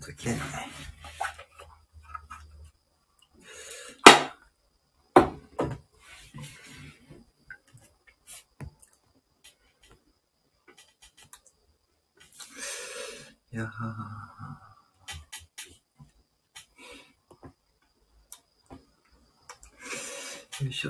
と綺麗だね。いやー。よいしょ。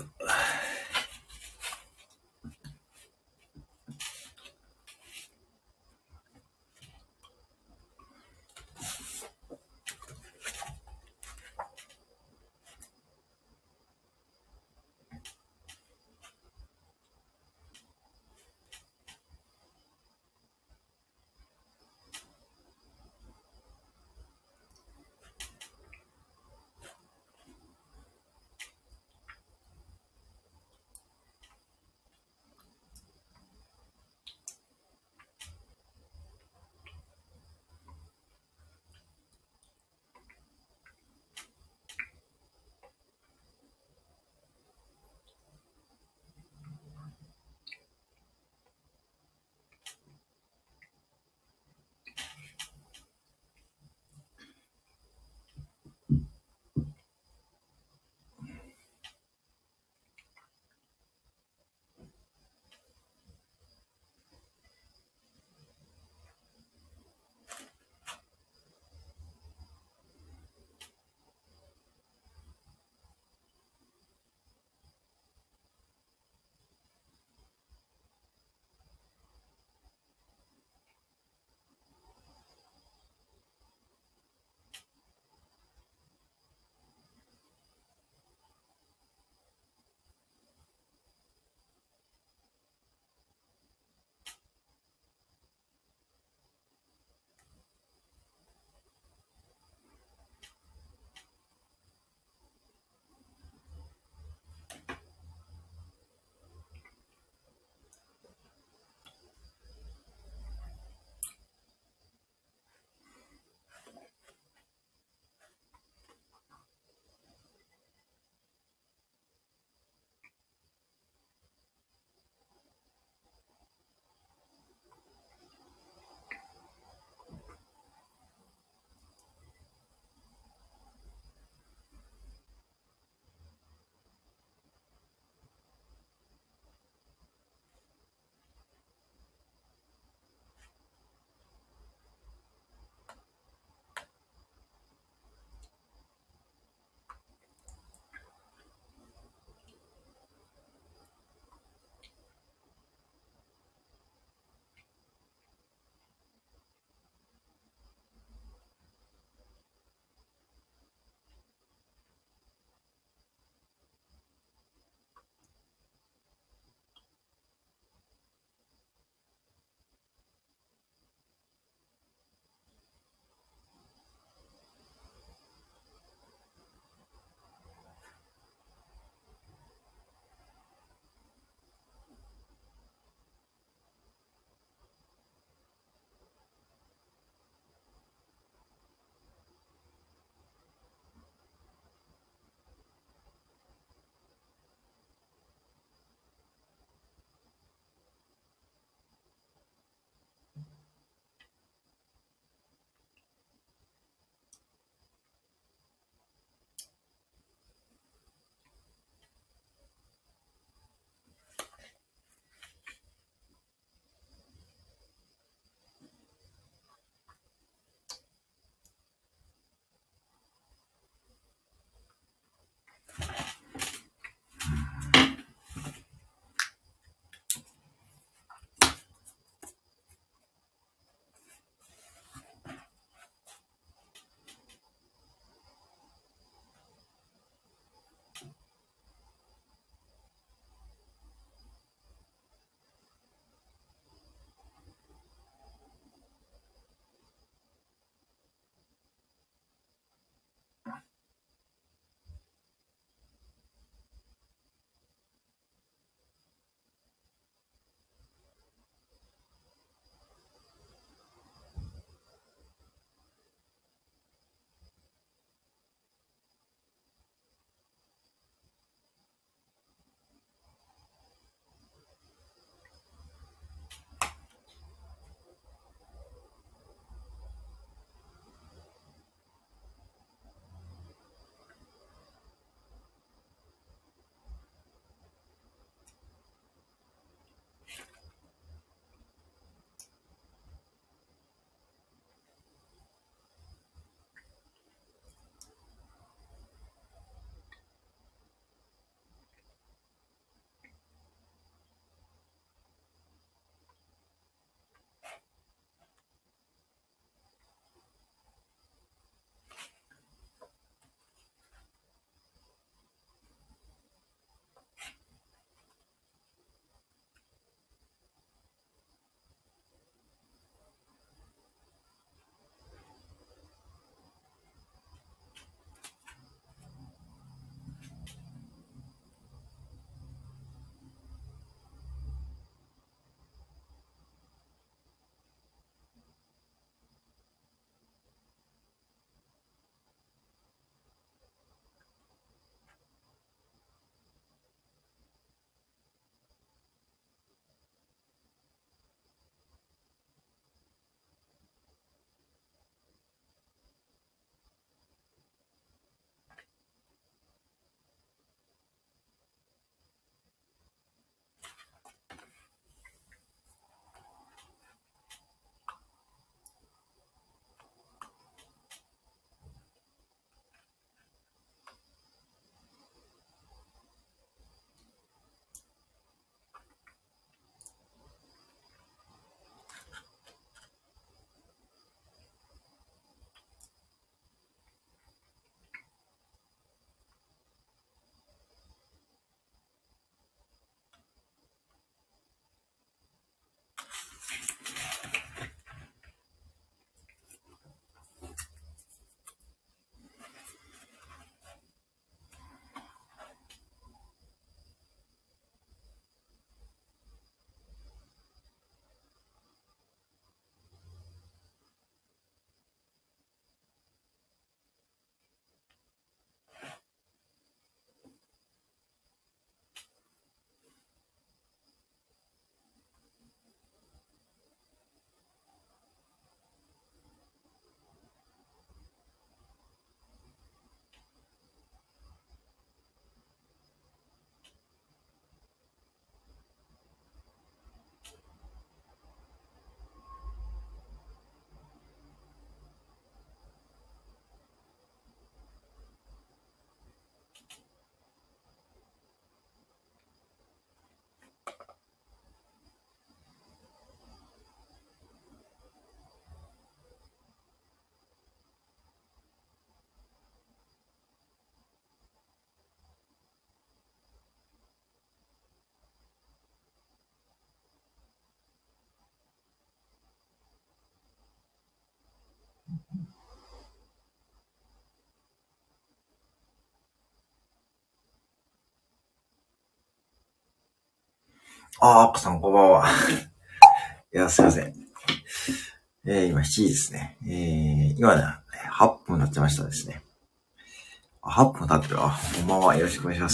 赤さんこんばんは。いや、すいません。今7時ですね。今ね、8分経ってましたですね。8分経ってる。こんばんは。よろしくお願いします。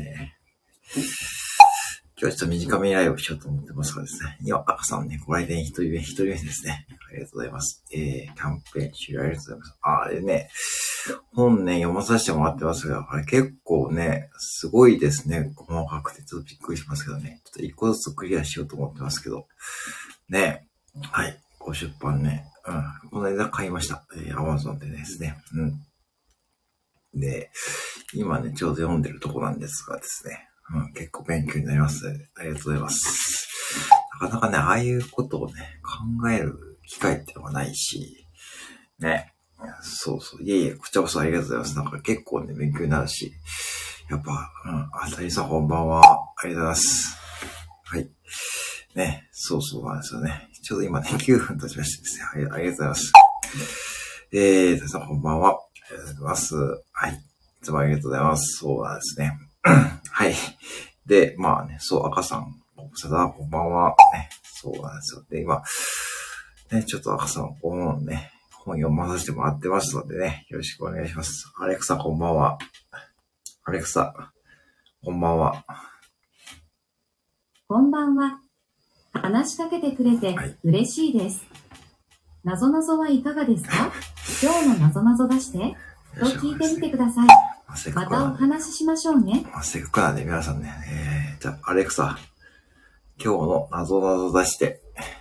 今日はちょっと短めにライブしようと思ってますからですね。今、赤さんね、ご来店一人目ですね。ありがとうございます。キャンペーン終了ありがとうございます。あれね、本ね、読まさせてもらってますが、あれ結構ね、すごいですね。細かくてちょっとびっくりしますけどね。ちょっと一個ずつクリアしようと思ってますけど。ね、はい。ご出版ね。この間買いました。Amazon でですね。で、今ね、ちょうど読んでるとこなんですがですね。結構勉強になります。ありがとうございます。なかなかね、ああいうことをね、考える機会ってのがないし、ね。そうそう。いえいえ、こちらこそありがとうございます。なんか結構ね、勉強になるし。やっぱ、あさりさんこんばんは。ありがとうございます。はい。ね。そうなんですよね。ちょうど今ね、9分経ちましたですね。はい、ありがとうございます。さりさんこんばんは。ありがとうございます。はい。いつもありがとうございます。そうなんですね。はい。で、まあね、赤さん、さだこんばんは。ね。そうなんですよ。で、今、ね、ちょっと赤さん、本読まさせてもらってますのでね、よろしくお願いします。アレクサこんばんは。アレクサ、こんばんは。 こんばんは。話しかけてくれて嬉しいです。なぞなぞはいかがですか？今日のなぞなぞ出して、と聞いてみてください。またお話ししましょうね。 せっかくなんで皆さんね、じゃあアレクサ、今日のなぞなぞ出して。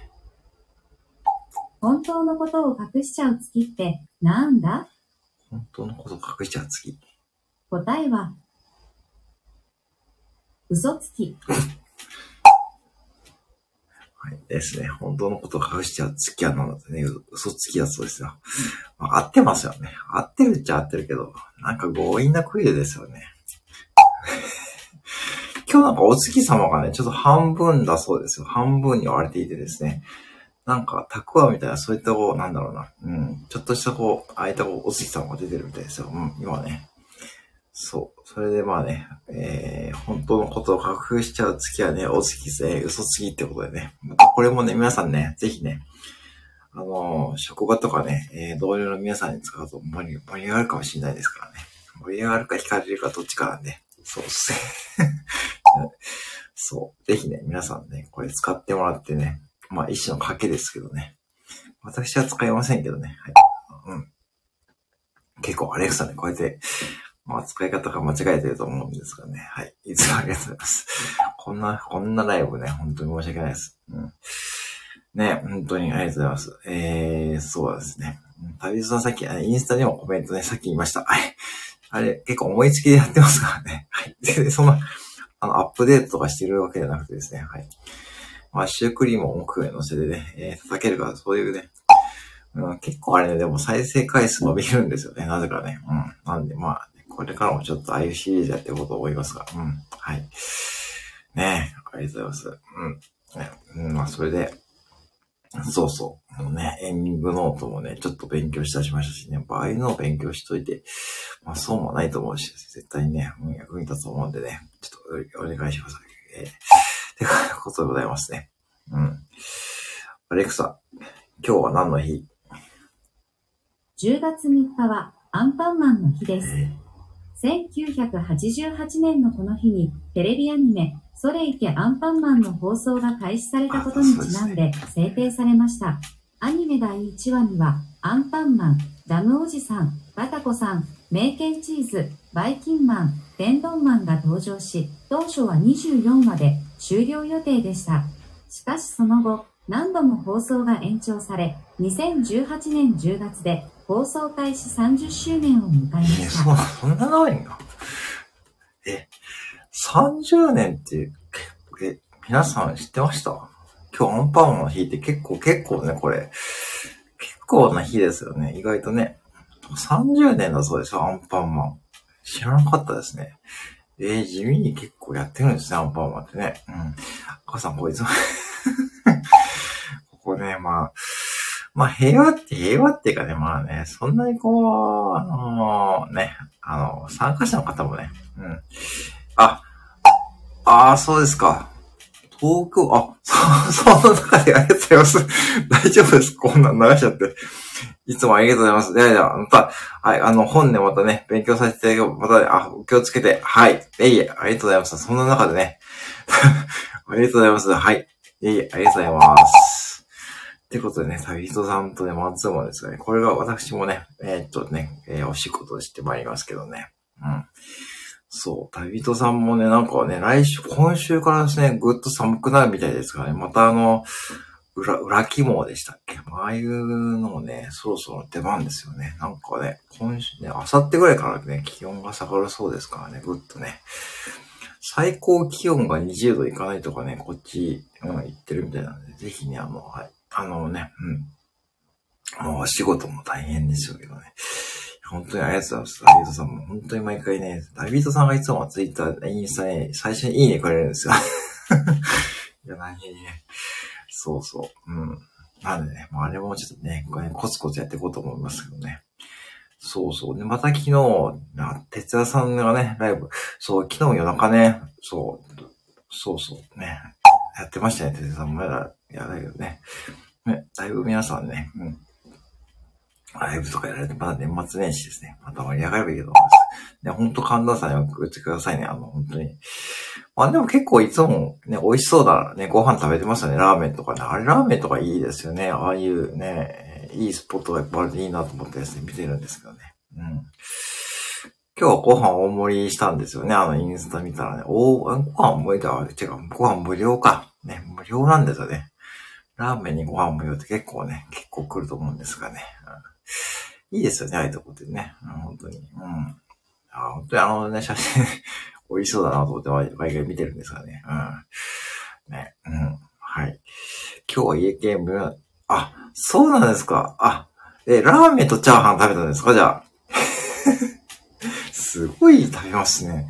本当のことを隠しちゃう月ってなんだ？ 本当のことを隠しちゃう月。 答えは、嘘つき。 はいですね。本当のことを隠しちゃう月はなんだってね、嘘つきだそうですよ。合ってますよね。合ってるっちゃ合ってるけど、なんか強引なクイズですよね。今日なんかお月様がね、ちょっと半分だそうですよ。半分に割れていてですね。なんか、たくあみたいな、そういったなんだろうな。ちょっとしたああいったお月様が出てるみたいですよ。今ね。そう。それでまあね、本当のことを隠しちゃう月はね、お月ですね。嘘つきってことでね。これもね、皆さんね、ぜひね、職場とかね、同僚の皆さんに使うと盛り上がるかもしれないですからね。盛り上がるか惹かれるかどっちかなんで。そうですね。そう。ぜひね、皆さんね、これ使ってもらってね。まあ一種の賭けですけどね。私は使いませんけどね。はい。結構アレクサね、こうやって、まあ使い方が間違えてると思うんですがね。はい。いつもありがとうございます。こんなライブね、本当に申し訳ないです。ね、本当にありがとうございます。そうですね。旅人さんさっき、インスタにもコメントね、さっき言いました。はい。あれ、結構思いつきでやってますからね。はい。で、その、アップデートとかしてるわけじゃなくてですね。はい。まあ、シュークリームを目標に乗せてね、叩けるから、そういうね、結構あれね、でも再生回数伸びるんですよね。なぜかね。なんで、まあ、これからもちょっとああいうシリーズやっていこうと思いますが。はい。ねありがとうございます。まあ、それで、そうそう。エンディングノートもね、ちょっと勉強したしましたしね。ああいうのを勉強しといて、まあ、そうもないと思うし、絶対にね、役に立つと思うんでね、ちょっとお願いします。ってことでございますね。アレクサ、今日は何の日 ？10月3日はアンパンマンの日です。1988年のこの日にテレビアニメそれいけアンパンマンの放送が開始されたことにちなんで制定されました。アニメ第1話にはアンパンマン、ダムおじさん、バタコさん、メーケンチーズ、バイキンマン、デンドンマンが登場し、当初は24話で終了予定でした。しかしその後、何度も放送が延長され、2018年10月で放送開始30周年を迎えました。 そんな長いんだ。30年って、皆さん知ってました？今日アンパンマンの日って結構ね、これ。結構な日ですよね。意外とね。30年だそうですよ、アンパンマン。知らなかったですね。地味に結構やってるんですね、アンパンマンってね。赤さん、こいつ。ここね、まあ、 まあ平和っていうかね、まあね、そんなにこう、参加者の方もね、そうですか。東京、その中でありがとうございます。大丈夫です。こんなん流しちゃって。いつもありがとうございます。いやいや、また、はい、本ね、またね、勉強させていただきまたね、お気をつけて、はい。ありがとうございます。そんな中でね、ありがとうございます。はい。ありがとうございます。ってことでね、旅人さんとね、マンツーマンですがね、これが私もね、お仕事をしてまいりますけどね。そう、旅人さんもね、なんかね、今週からですね、ぐっと寒くなるみたいですからね、また裏肝でしたっけ？ああいうのもね、そろそろ出番ですよね。なんかね、今週ね、明後日ぐらいからね、気温が下がるそうですからね、ぐっとね。最高気温が20度いかないとかね、こっち、言ってるみたいなんで、ぜひね、もうお仕事も大変ですよけどね。本当にありがとうございます。ダビッドさんも本当に毎回ね、ダビッドさんがいつもツイッター、インスタね、最初にいいねくれるんですよ。いや、何気にね。そう。なんでね、あれもちょっとね、コツコツやっていこうと思いますけどね。そう。で、また昨日、哲也さんがね、ライブ、そう、昨日夜中ね、ね、やってましたね、哲也さんもだけどね。だいぶ皆さんね、ライブとかやられて、まだ年末年始ですね。また盛り上がればいいけど思います。ね、ほんと寒暖差に送ってくださいね。本当に。でも結構いつもね、美味しそうだね、ご飯食べてましたね。ラーメンとかね。あれラーメンとかいいですよね。ああいうね、いいスポットがいっぱいあるといいなと思ってですね、見てるんですけどね。今日はご飯大盛りしたんですよね。インスタ見たらね。ご飯無理だわ。ご飯無料か。ね、無料なんですよね。ラーメンにご飯無料って結構来ると思うんですがね。いいですよね、ああいうとこってね。本当に。本当に写真、美味しそうだなと思って毎回見てるんですがね。はい。今日は家系無料。そうなんですか。ラーメンとチャーハン食べたんですかじゃあ。すごい食べますね。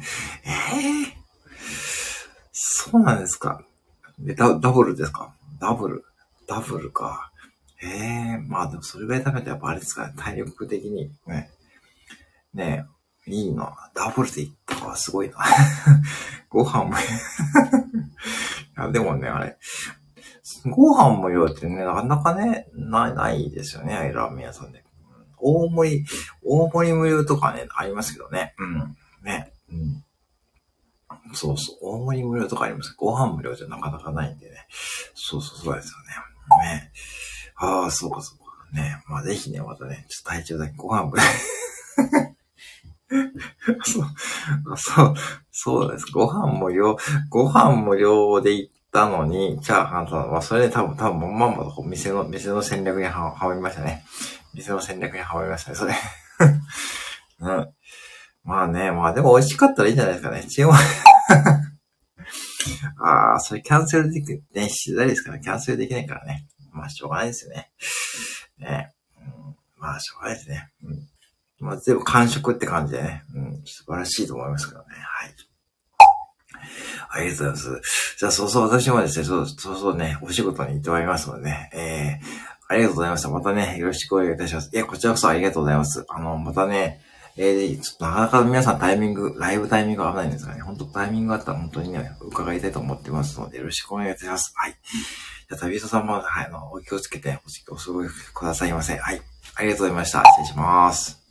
そうなんですか。ダブルですか？ダブルか。でもそれぐらい食べたらやっぱあれですかね、体力的にね、いいな。ダブルでいったからすごいな。ご飯もいや、でもね、あれ、ご飯もよってね、なかなかね、ないですよね、あれラーメン屋さんで。大盛り無料とかね、ありますけどね。そう。大盛り無料とかありますけど、ご飯無料じゃなかなかないんでね。そうですよね。そうか。ね。ぜひね、またね、ちょっと体調だけご飯無料。そうです。ご飯無料で行ったのに、チャーハンさん、それで多分まんまと店の戦略にはまりましたね。店の戦略にはまりましたね、それ。でも美味しかったらいいんじゃないですかね。注文それキャンセルできね、しづらいですから、キャンセルできないからね。しょうがないですよね。しょうがないですね。全部完食って感じでね。素晴らしいと思いますけどね。はい。ありがとうございます。じゃあ、私もですね、そうね、お仕事に行ってまいりますのでね。ありがとうございました。またね、よろしくお願いいたします。こちらこそありがとうございます。またね、ちょっとなかなか皆さんライブタイミングが危ないんですがね、本当タイミングがあったら本当にね、伺いたいと思ってますので、よろしくお願いいたします。はい。じゃあ、旅人さんも、お気をつけてお過ごしくださいませ。はい。ありがとうございました。失礼します。